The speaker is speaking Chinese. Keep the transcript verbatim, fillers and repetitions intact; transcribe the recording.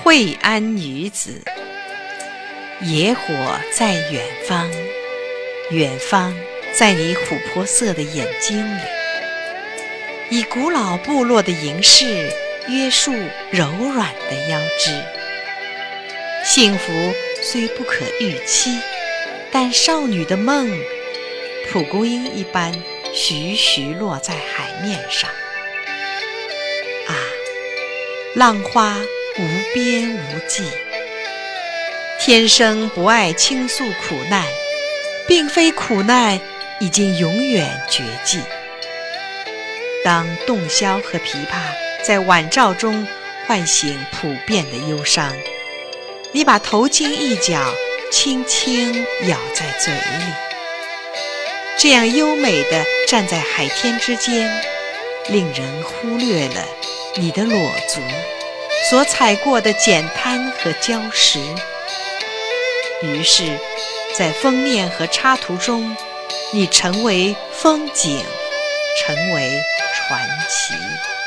惠安女子，野火在远方，远方在你琥珀色的眼睛里，以古老部落的银饰约束柔软的腰肢。幸福虽不可预期，但少女的梦蒲公英一般徐徐落在海面上。啊，浪花无边无际，天生不爱倾诉苦难，并非苦难已经永远绝迹。当洞箫和琵琶在晚照中唤醒普遍的忧伤，你把头巾一角轻轻咬在嘴里，这样优美地站在海天之间，令人忽略了你的裸足所踩过的碱滩和礁石。于是在封面和插图中，你成为风景，成为传奇。